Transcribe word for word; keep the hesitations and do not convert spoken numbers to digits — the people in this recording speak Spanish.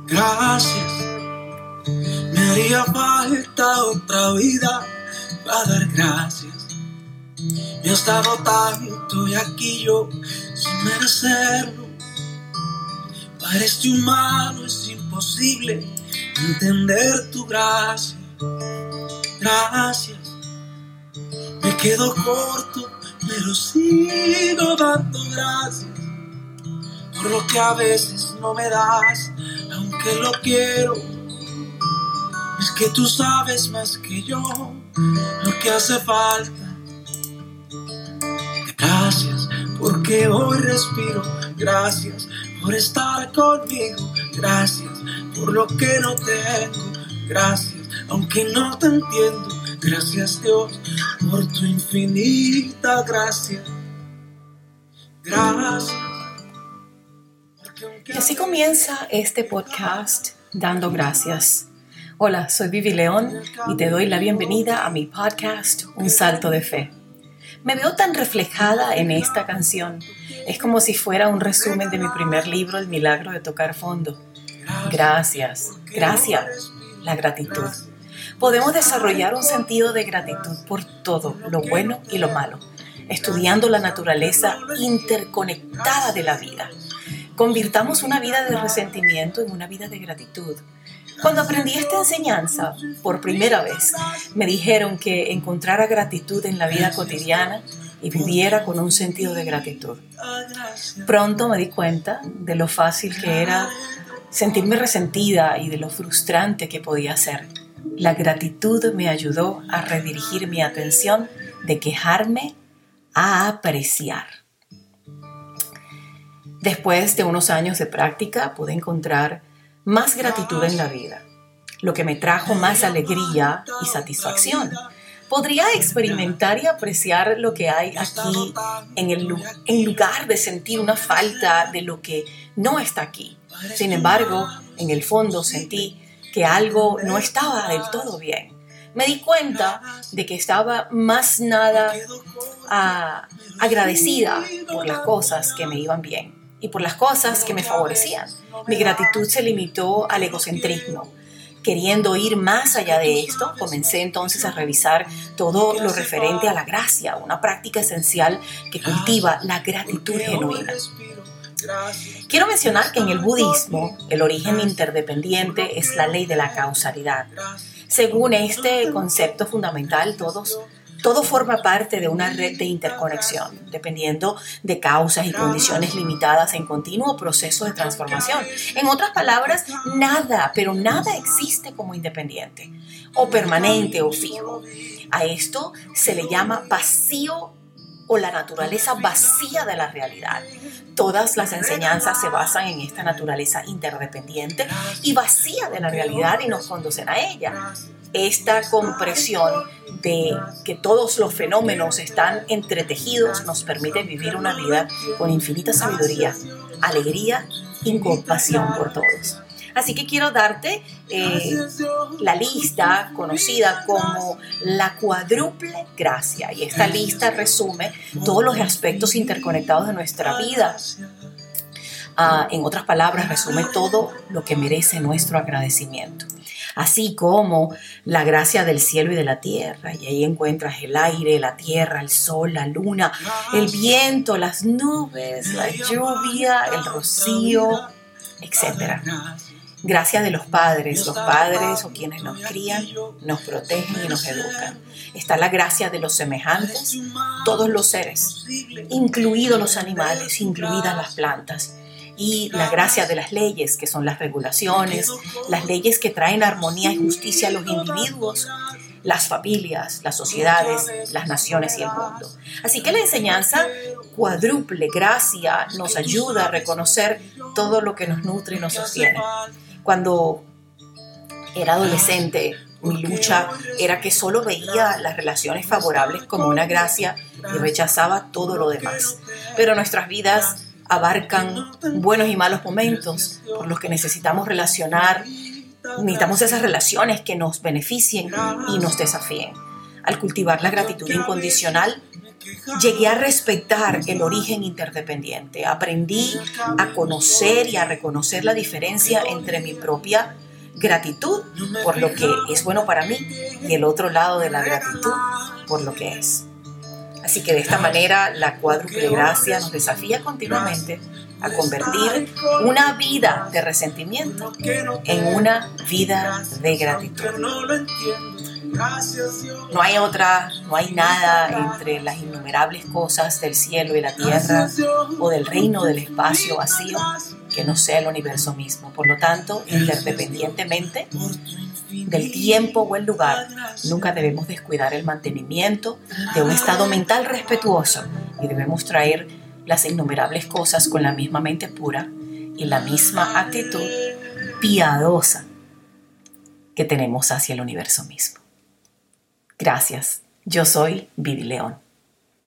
Gracias, me haría falta otra vida para dar gracias. Me has dado tanto y aquí yo sin merecerlo. Para este humano es imposible entender tu gracia. Gracias, me quedo corto, pero sigo dando gracias por lo que a veces no me das, aunque lo quiero. Es que tú sabes más que yo lo que hace falta. Gracias porque hoy respiro, gracias por estar conmigo, gracias por lo que no tengo, gracias aunque no te entiendo, gracias Dios por tu infinita gracia. Gracias. Y así comienza este podcast dando gracias. Hola, soy Vivi León y te doy la bienvenida a mi podcast Un Salto de Fe. Me veo tan reflejada en esta canción. Es como si fuera un resumen de mi primer libro, El Milagro de Tocar Fondo. Gracias, gracias, la gratitud. Podemos desarrollar un sentido de gratitud por todo, lo bueno y lo malo, estudiando la naturaleza interconectada de la vida. Convirtamos una vida de resentimiento en una vida de gratitud. Cuando aprendí esta enseñanza por primera vez, me dijeron que encontrara gratitud en la vida cotidiana y viviera con un sentido de gratitud. Pronto me di cuenta de lo fácil que era sentirme resentida y de lo frustrante que podía ser. La gratitud me ayudó a redirigir mi atención de quejarme a apreciar. Después de unos años de práctica, pude encontrar más gratitud en la vida, lo que me trajo más alegría y satisfacción. Podría experimentar y apreciar lo que hay aquí en, el, en lugar de sentir una falta de lo que no está aquí. Sin embargo, en el fondo sentí que algo no estaba del todo bien. Me di cuenta de que estaba más nada uh, agradecida por las cosas que me iban bien y por las cosas que me favorecían. Mi gratitud se limitó al egocentrismo. Queriendo ir más allá de esto, comencé entonces a revisar todo lo referente a la gracia, una práctica esencial que cultiva la gratitud genuina. Quiero mencionar que en el budismo, el origen interdependiente es la ley de la causalidad. Según este concepto fundamental, todos Todo forma parte de una red de interconexión, dependiendo de causas y condiciones limitadas en continuo proceso de transformación. En otras palabras, nada, pero nada existe como independiente, o permanente o fijo. A esto se le llama vacío o la naturaleza vacía de la realidad. Todas las enseñanzas se basan en esta naturaleza interdependiente y vacía de la realidad y nos conducen a ella. Esta compresión de que todos los fenómenos están entretejidos nos permite vivir una vida con infinita sabiduría, alegría y compasión por todos. Así que quiero darte eh, la lista conocida como la cuádruple gracia. Y esta lista resume todos los aspectos interconectados de nuestra vida. Uh, en otras palabras, resume todo lo que merece nuestro agradecimiento. Así como la gracia del cielo y de la tierra. Y ahí encuentras el aire, la tierra, el sol, la luna, el viento, las nubes, la lluvia, el rocío, etcétera. Gracia de los padres, los padres o quienes nos crían, nos protegen y nos educan. Está la gracia de los semejantes, todos los seres, incluidos los animales, incluidas las plantas. Y la gracia de las leyes, que son las regulaciones, las leyes que traen armonía y justicia a los individuos, las familias, las sociedades, las naciones y el mundo. Así que la enseñanza cuádruple gracia nos ayuda a reconocer todo lo que nos nutre y nos sostiene. Cuando era adolescente, mi lucha era que solo veía las relaciones favorables como una gracia y rechazaba todo lo demás. Pero nuestras vidas abarcan buenos y malos momentos por los que necesitamos relacionar, necesitamos esas relaciones que nos beneficien y nos desafíen. Al cultivar la gratitud incondicional, llegué a respetar el origen interdependiente. Aprendí a conocer y a reconocer la diferencia entre mi propia gratitud por lo que es bueno para mí y el otro lado de la gratitud por lo que es. Así que de esta manera la cuádruple gracia nos desafía continuamente a convertir una vida de resentimiento en una vida de gratitud. No hay otra, no hay nada entre las innumerables cosas del cielo y la tierra o del reino del espacio vacío que no sea el universo mismo. Por lo tanto, interdependientemente del tiempo o el lugar, nunca debemos descuidar el mantenimiento de un estado mental respetuoso y debemos traer las innumerables cosas con la misma mente pura y la misma actitud piadosa que tenemos hacia el universo mismo. Gracias. Yo soy Vivi León.